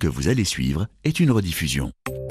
que vous allez suivre est une rediffusion.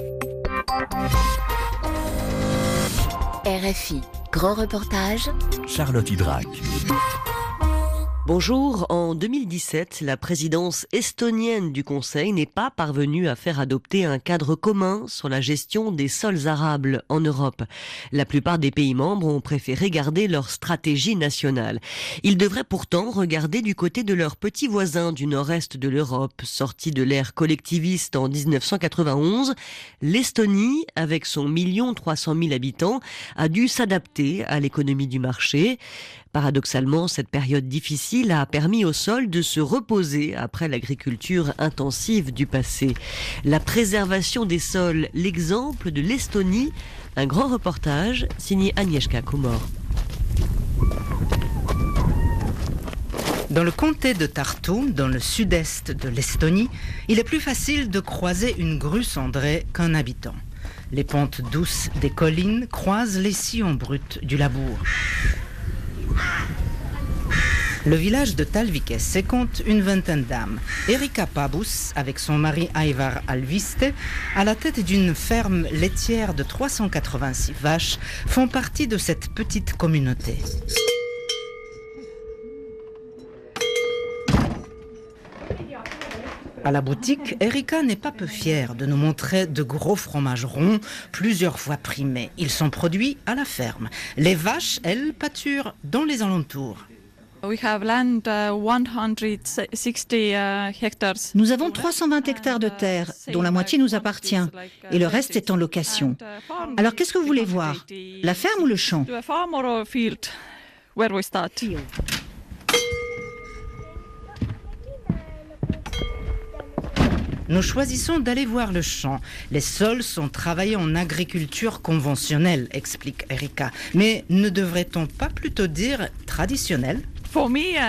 RFI, grand reportage. Charlotte Hydrac. Bonjour, en 2017, la présidence estonienne du Conseil n'est pas parvenue à faire adopter un cadre commun sur la gestion des sols arables en Europe. La plupart des pays membres ont préféré garder leur stratégie nationale. Ils devraient pourtant regarder du côté de leurs petits voisins du nord-est de l'Europe. Sortie de l'ère collectiviste en 1991, l'Estonie, avec son 1,3 million habitants, a dû s'adapter à l'économie du marché. Paradoxalement, cette période difficile a permis au sol de se reposer après l'agriculture intensive du passé. La préservation des sols, l'exemple de l'Estonie, un grand reportage signé Agnieszka Komor. Dans le comté de Tartu, dans le sud-est de l'Estonie, il est plus facile de croiser une grue cendrée qu'un habitant. Les pentes douces des collines croisent les sillons bruts du labour. Le village de Talvikesse compte une vingtaine d'âmes. Erika Pabus, avec son mari Aivar Alviste, à la tête d'une ferme laitière de 386 vaches, font partie de cette petite communauté. À la boutique, Erika n'est pas peu fière de nous montrer de gros fromages ronds, plusieurs fois primés. Ils sont produits à la ferme. Les vaches, elles, pâturent dans les alentours. Nous avons 320 hectares de terre, dont la moitié nous appartient, et le reste est en location. Alors qu'est-ce que vous voulez voir? La ferme ou le champ? Nous choisissons d'aller voir le champ. Les sols sont travaillés en agriculture conventionnelle, explique Erika. Mais ne devrait-on pas plutôt dire traditionnelle? Tout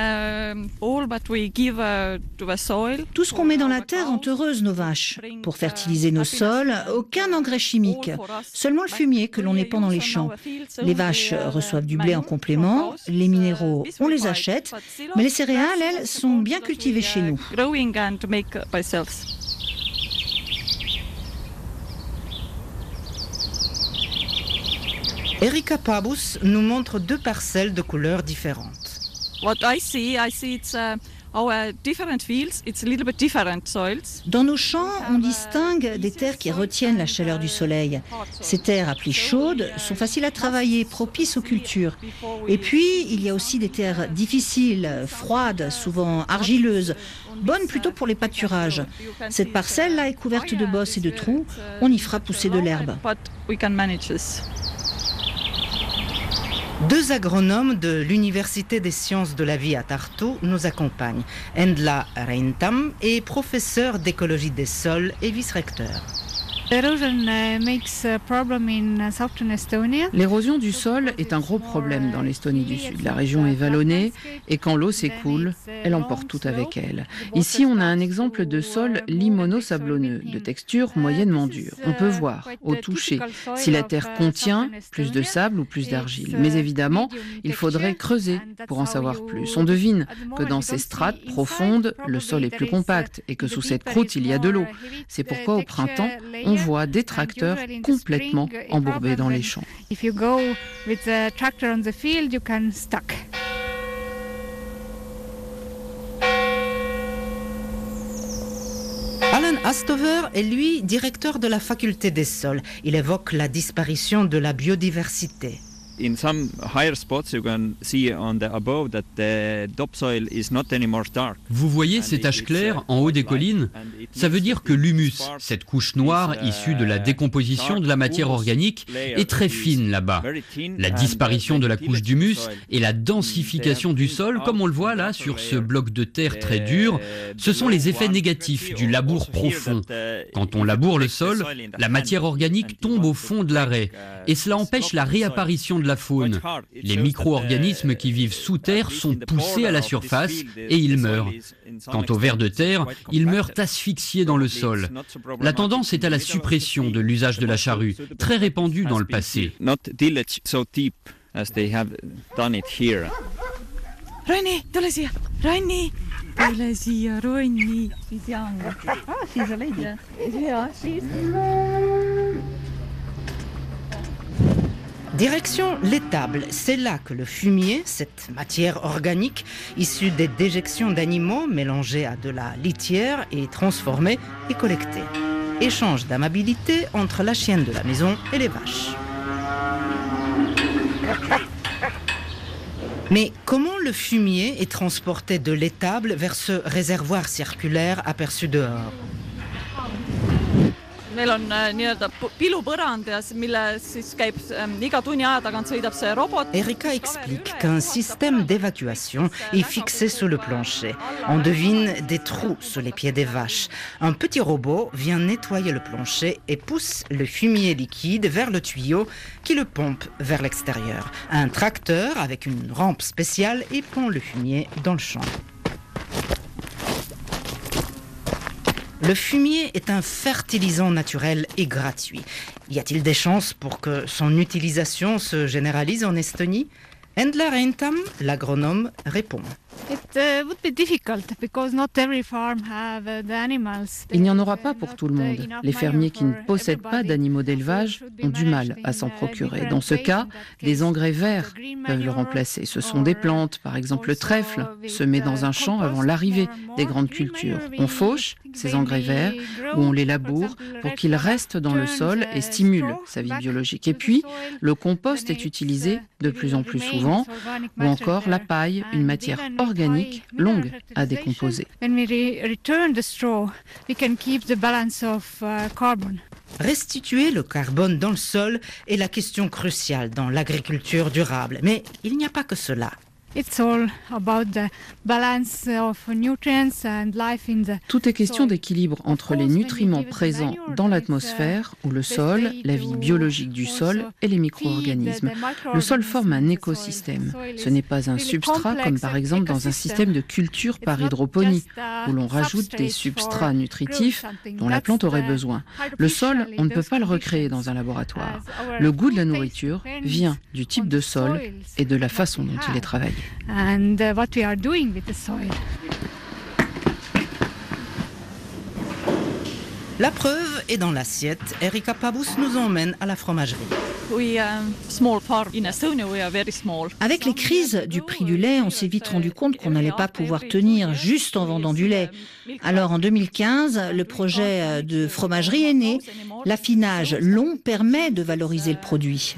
ce qu'on met dans la terre rend heureuse nos vaches. Pour fertiliser nos sols, aucun engrais chimique, seulement le fumier que l'on épand dans les champs. Les vaches reçoivent du blé en complément, les minéraux, on les achète, mais les céréales, elles, sont bien cultivées chez nous. Erika Pabus nous montre deux parcelles de couleurs différentes. Dans nos champs, on distingue des terres qui retiennent la chaleur du soleil. Ces terres à pluie chaude sont faciles à travailler, propices aux cultures. Et puis, il y a aussi des terres difficiles, froides, souvent argileuses, bonnes plutôt pour les pâturages. Cette parcelle-là est couverte de bosses et de trous, on y fera pousser de l'herbe. Deux agronomes de l'Université des sciences de la vie à Tartu nous accompagnent. Endla Reintam est professeur d'écologie des sols et vice-recteur. L'érosion du sol est un gros problème dans l'Estonie du Sud. La région est vallonnée et quand l'eau s'écoule, elle emporte tout avec elle. Ici, on a un exemple de sol limono-sablonneux, de texture moyennement dure. On peut voir, au toucher, si la terre contient plus de sable ou plus d'argile. Mais évidemment, il faudrait creuser pour en savoir plus. On devine que dans ces strates profondes, le sol est plus compact et que sous cette croûte, il y a de l'eau. C'est pourquoi au printemps, on voit des tracteurs complètement embourbés dans les champs. Alan Astover est lui directeur de la faculté des sols. Il évoque la disparition de la biodiversité. In some higher spots you can see on the above that the topsoil is not anymore dark. Vous voyez ces taches claires en haut des collines? Ça veut dire que l'humus, cette couche noire issue de la décomposition de la matière organique, est très fine là-bas. La disparition de la couche d'humus et la densification du sol, comme on le voit là sur ce bloc de terre très dur, ce sont les effets négatifs du labour profond. Quand on laboure le sol, la matière organique tombe au fond de l'arrêt et cela empêche la réapparition de la faune. Les micro-organismes qui vivent sous terre sont poussés à la surface et ils meurent. Quant aux vers de terre, ils meurent asphyxiés dans le sol. La tendance est à la suppression de l'usage de la charrue, très répandue dans le passé. Direction l'étable, c'est là que le fumier, cette matière organique issue des déjections d'animaux mélangée à de la litière et transformée, est collectée. Échange d'amabilité entre la chienne de la maison et les vaches. Mais comment le fumier est transporté de l'étable vers ce réservoir circulaire aperçu dehors ? Meil on nii-öelda pilupõrand ja mille siis käib iga tunni aja tagant sõidab see robot. Erika explique qu'un système d'évacuation est fixé sous le plancher. On devine des trous sous les pieds des vaches. Un petit robot vient nettoyer le plancher et pousse le fumier liquide vers le tuyau qui le pompe vers l'extérieur. Un tracteur avec une rampe spéciale épand le fumier dans le champ. Le fumier est un fertilisant naturel et gratuit. Y a-t-il des chances pour que son utilisation se généralise en Estonie ? Endla Reintam, l'agronome, répond. Il n'y en aura pas pour tout le monde. Les fermiers qui ne possèdent pas d'animaux d'élevage ont du mal à s'en procurer. Dans ce cas, des engrais verts peuvent le remplacer. Ce sont des plantes, par exemple le trèfle, semé dans un champ avant l'arrivée des grandes cultures. On fauche ces engrais verts ou on les laboure pour qu'ils restent dans le sol et stimulent sa vie biologique. Et puis, le compost est utilisé de plus en plus souvent, ou encore la paille, une matière organique longue à décomposer. Restituer le carbone dans le sol est la question cruciale dans l'agriculture durable. Mais il n'y a pas que cela. Tout est question d'équilibre entre les nutriments présents dans l'atmosphère ou le sol, la vie biologique du sol et les micro-organismes. Le sol forme un écosystème. Ce n'est pas un substrat comme par exemple dans un système de culture par hydroponie où l'on rajoute des substrats nutritifs dont la plante aurait besoin. Le sol, on ne peut pas le recréer dans un laboratoire. Le goût de la nourriture vient du type de sol et de la façon dont il est travaillé. And what we are doing with the soil. La preuve est dans l'assiette. Erika Pabus nous emmène à la fromagerie. Avec les crises du prix du lait, on s'est vite rendu compte qu'on n'allait pas pouvoir tenir juste en vendant du lait. Alors en 2015, le projet de fromagerie est né. L'affinage long permet de valoriser le produit.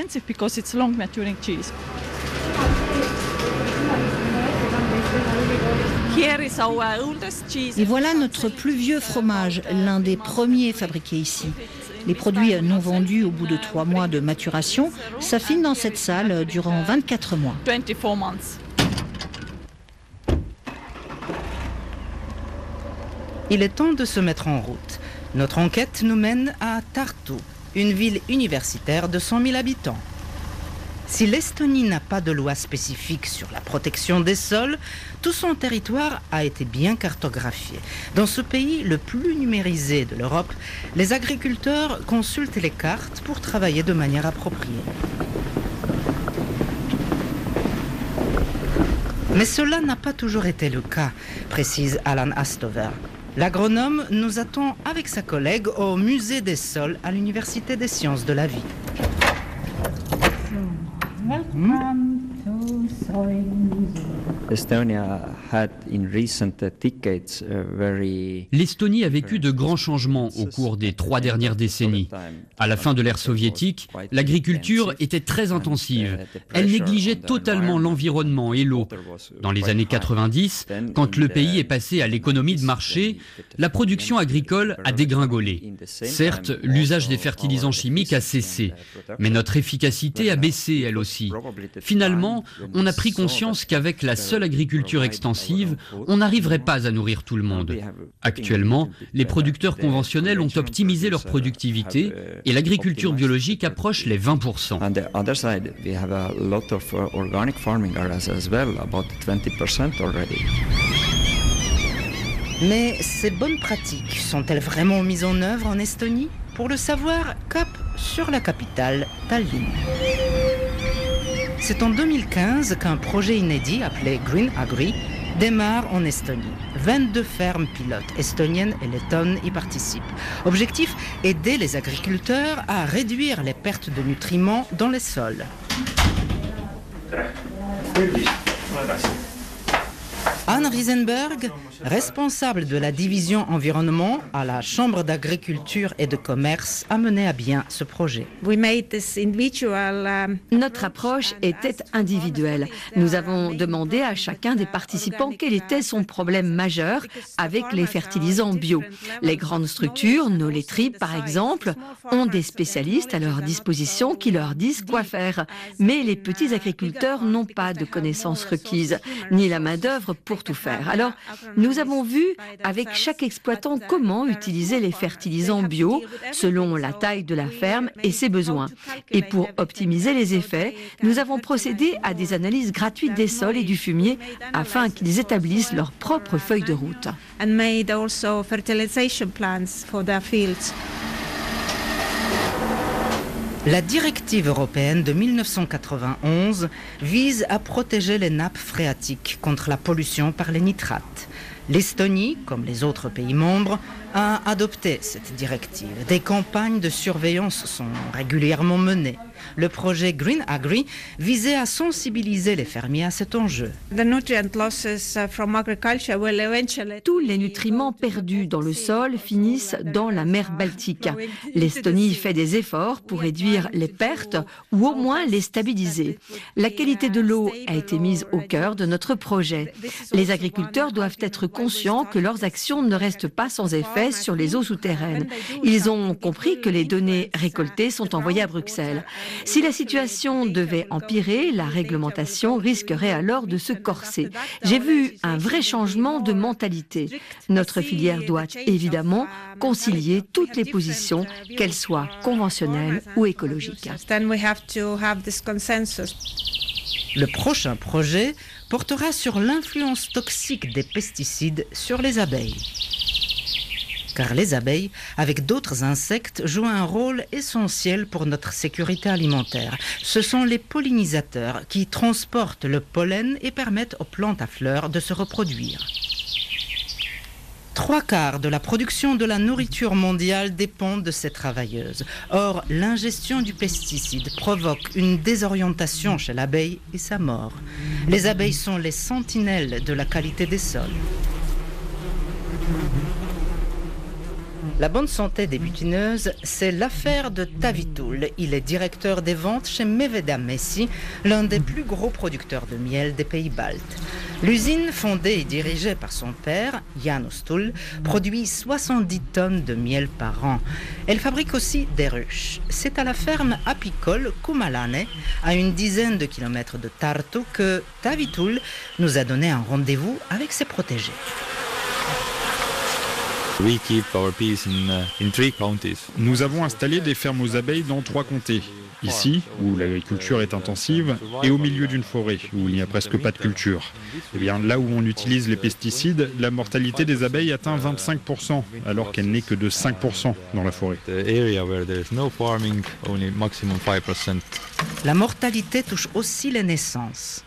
Et voilà notre plus vieux fromage, l'un des premiers fabriqués ici. Les produits non vendus au bout de 3 mois de maturation s'affinent dans cette salle durant 24 mois. Il est temps de se mettre en route. Notre enquête nous mène à Tartu, une ville universitaire de 100 000 habitants. Si l'Estonie n'a pas de loi spécifique sur la protection des sols, tout son territoire a été bien cartographié. Dans ce pays le plus numérisé de l'Europe, les agriculteurs consultent les cartes pour travailler de manière appropriée. Mais cela n'a pas toujours été le cas, précise Alan Astover. L'agronome nous attend avec sa collègue au musée des sols à l'Université des sciences de la vie. Welcome to Soil Museum. L'Estonie a vécu de grands changements au cours des 3 dernières décennies. À la fin de l'ère soviétique, l'agriculture était très intensive. Elle négligeait totalement l'environnement et l'eau. Dans les années 90, quand le pays est passé à l'économie de marché, la production agricole a dégringolé. Certes, l'usage des fertilisants chimiques a cessé, mais notre efficacité a baissé elle aussi. Finalement, on a pris conscience qu'avec la seule agriculture extensive, on n'arriverait pas à nourrir tout le monde. Actuellement, les producteurs conventionnels ont optimisé leur productivité et l'agriculture biologique approche les 20%. Mais ces bonnes pratiques sont-elles vraiment mises en œuvre en Estonie ? Pour le savoir, cap sur la capitale, Tallinn. C'est en 2015 qu'un projet inédit appelé Green Agri démarre en Estonie. 22 fermes pilotes estoniennes et lettonnes y participent. Objectif, aider les agriculteurs à réduire les pertes de nutriments dans les sols. Anne Riesenberg, responsable de la division environnement à la Chambre d'agriculture et de commerce, a mené à bien ce projet. Notre approche était individuelle. Nous avons demandé à chacun des participants quel était son problème majeur avec les fertilisants bio. Les grandes structures, nos laiteries par exemple, ont des spécialistes à leur disposition qui leur disent quoi faire. Mais les petits agriculteurs n'ont pas de connaissances requises, ni la main-d'œuvre pour tout faire. Alors, nous avons vu avec chaque exploitant comment utiliser les fertilisants bio selon la taille de la ferme et ses besoins. Et pour optimiser les effets, nous avons procédé à des analyses gratuites des sols et du fumier afin qu'ils établissent leur propre feuille de route. La directive européenne de 1991 vise à protéger les nappes phréatiques contre la pollution par les nitrates. L'Estonie, comme les autres pays membres, a adopté cette directive. Des campagnes de surveillance sont régulièrement menées. Le projet Green Agri visait à sensibiliser les fermiers à cet enjeu. Tous les nutriments perdus dans le sol finissent dans la mer Baltique. L'Estonie fait des efforts pour réduire les pertes ou au moins les stabiliser. La qualité de l'eau a été mise au cœur de notre projet. Les agriculteurs doivent être conscients que leurs actions ne restent pas sans effet sur les eaux souterraines. Ils ont compris que les données récoltées sont envoyées à Bruxelles. Si la situation devait empirer, la réglementation risquerait alors de se corser. J'ai vu un vrai changement de mentalité. Notre filière doit évidemment concilier toutes les positions, qu'elles soient conventionnelles ou écologiques. Le prochain projet portera sur l'influence toxique des pesticides sur les abeilles. Car les abeilles, avec d'autres insectes, jouent un rôle essentiel pour notre sécurité alimentaire. Ce sont les pollinisateurs qui transportent le pollen et permettent aux plantes à fleurs de se reproduire. 3/4 de la production de la nourriture mondiale dépendent de ces travailleuses. Or, l'ingestion du pesticide provoque une désorientation chez l'abeille et sa mort. Les abeilles sont les sentinelles de la qualité des sols. La bonne santé des butineuses, c'est l'affaire de Tavitoul. Il est directeur des ventes chez Meveda Messi, l'un des plus gros producteurs de miel des pays baltes. L'usine, fondée et dirigée par son père, János Tull, produit 70 tonnes de miel par an. Elle fabrique aussi des ruches. C'est à la ferme apicole Kumalane, à une dizaine de kilomètres de Tartu, que Tavitoul nous a donné un rendez-vous avec ses protégés. Nous avons installé des fermes aux abeilles dans 3 comtés. Ici, où l'agriculture est intensive, et au milieu d'une forêt, où il n'y a presque pas de culture. Eh bien, là où on utilise les pesticides, la mortalité des abeilles atteint 25%, alors qu'elle n'est que de 5% dans la forêt. La mortalité touche aussi les naissances.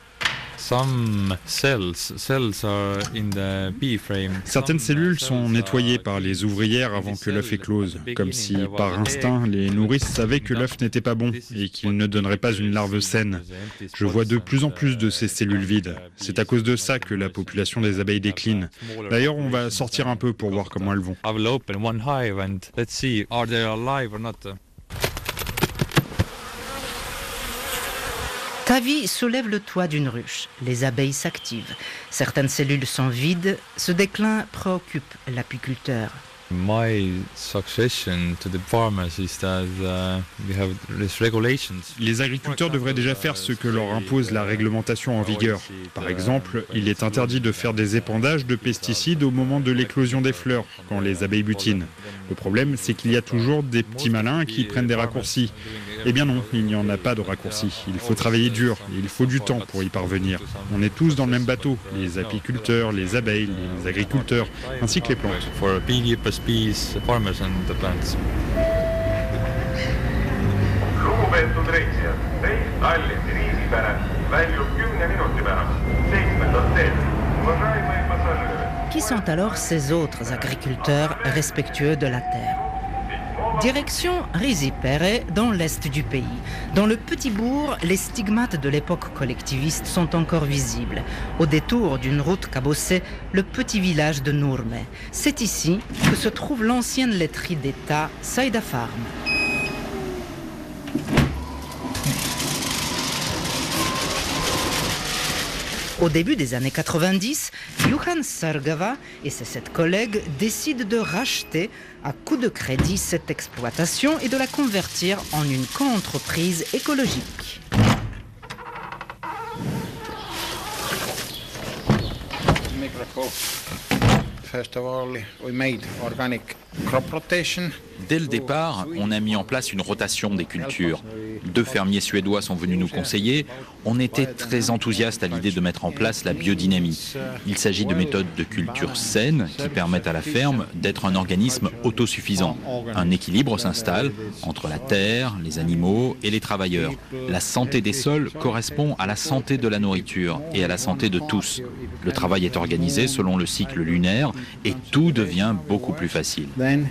Certaines cellules sont nettoyées par les ouvrières avant que l'œuf éclose, comme si, par instinct, les nourrices savaient que l'œuf n'était pas bon et qu'il ne donnerait pas une larve saine. Je vois de plus en plus de ces cellules vides. C'est à cause de ça que la population des abeilles décline. D'ailleurs, on va sortir un peu pour voir comment elles vont. Tavi soulève le toit d'une ruche. Les abeilles s'activent. Certaines cellules sont vides. Ce déclin préoccupe l'apiculteur. Les agriculteurs devraient déjà faire ce que leur impose la réglementation en vigueur. Par exemple, il est interdit de faire des épandages de pesticides au moment de l'éclosion des fleurs, quand les abeilles butinent. Le problème, c'est qu'il y a toujours des petits malins qui prennent des raccourcis. Eh bien non, il n'y en a pas de raccourcis. Il faut travailler dur et il faut du temps pour y parvenir. On est tous dans le même bateau, les apiculteurs, les abeilles, les agriculteurs, ainsi que les plantes. Lugupeetud reisijad, reis Tallinni Riisipäre väljub 10 minuti pärast, 7. teed. Qui sont alors ces autres agriculteurs respectueux de la terre? Direction Rizipere, dans l'est du pays. Dans le petit bourg, les stigmates de l'époque collectiviste sont encore visibles. Au détour d'une route cabossée, le petit village de Nurme. C'est ici que se trouve l'ancienne laiterie d'État Saida Farm. Au début des années 90, Juhan Sargava et ses 7 collègues décident de racheter à coup de crédit cette exploitation et de la convertir en une coentreprise écologique. First of all, we made organic crop rotation. Dès le départ, on a mis en place une rotation des cultures. 2 fermiers suédois sont venus nous conseiller. On était très enthousiastes à l'idée de mettre en place la biodynamie. Il s'agit de méthodes de culture saines qui permettent à la ferme d'être un organisme autosuffisant. Un équilibre s'installe entre la terre, les animaux et les travailleurs. La santé des sols correspond à la santé de la nourriture et à la santé de tous. Le travail est organisé selon le cycle lunaire et tout devient beaucoup plus facile.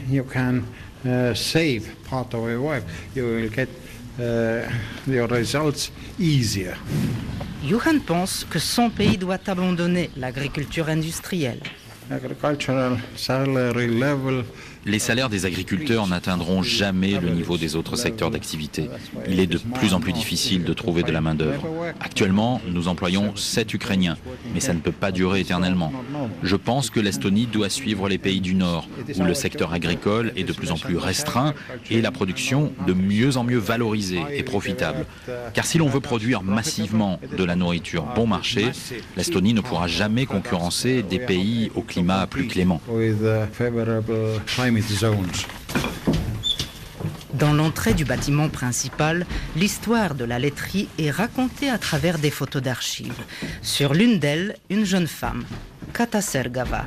Save part of your work, you will get your results easier. Juhan pense que son pays doit abandonner l'agriculture industrielle. Agricultural salary level. Les salaires des agriculteurs n'atteindront jamais le niveau des autres secteurs d'activité. Il est de plus en plus difficile de trouver de la main-d'œuvre. Actuellement, nous employons 7 Ukrainiens, mais ça ne peut pas durer éternellement. Je pense que l'Estonie doit suivre les pays du Nord, où le secteur agricole est de plus en plus restreint et la production de mieux en mieux valorisée et profitable. Car si l'on veut produire massivement de la nourriture bon marché, l'Estonie ne pourra jamais concurrencer des pays au climat plus clément. Dans l'entrée du bâtiment principal, l'histoire de la laiterie est racontée à travers des photos d'archives. Sur l'une d'elles, une jeune femme, Kata Sergava.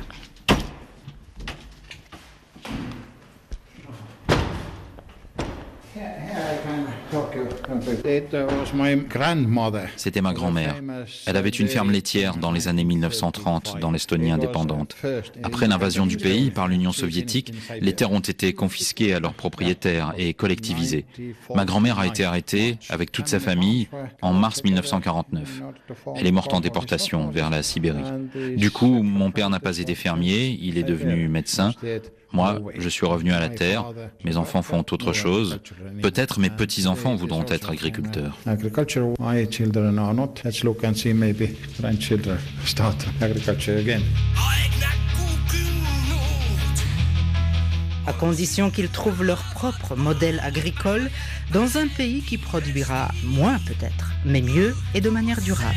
C'était ma grand-mère. Elle avait une ferme laitière dans les années 1930 dans l'Estonie indépendante. Après l'invasion du pays par l'Union soviétique, les terres ont été confisquées à leurs propriétaires et collectivisées. Ma grand-mère a été arrêtée avec toute sa famille en mars 1949. Elle est morte en déportation vers la Sibérie. Du coup, mon père n'a pas été fermier, il est devenu médecin. Moi, je suis revenu à la terre, mes enfants font autre chose. Peut-être mes petits-enfants voudront être agriculteurs. À condition qu'ils trouvent leur propre modèle agricole dans un pays qui produira moins peut-être, mais mieux et de manière durable.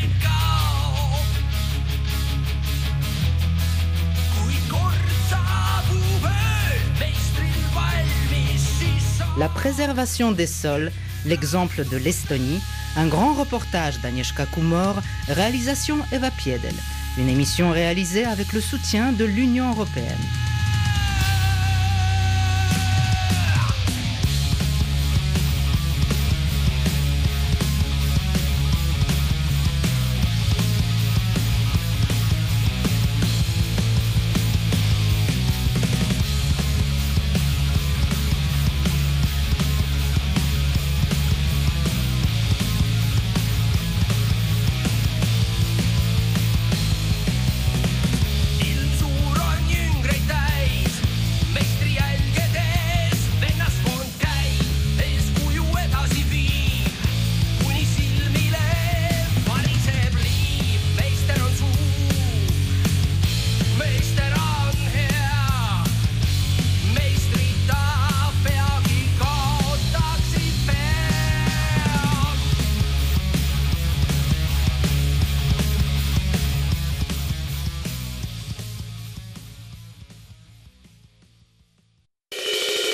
La préservation des sols, l'exemple de l'Estonie, un grand reportage d'Agnieszka Kumor, réalisation Eva Piedel, une émission réalisée avec le soutien de l'Union européenne.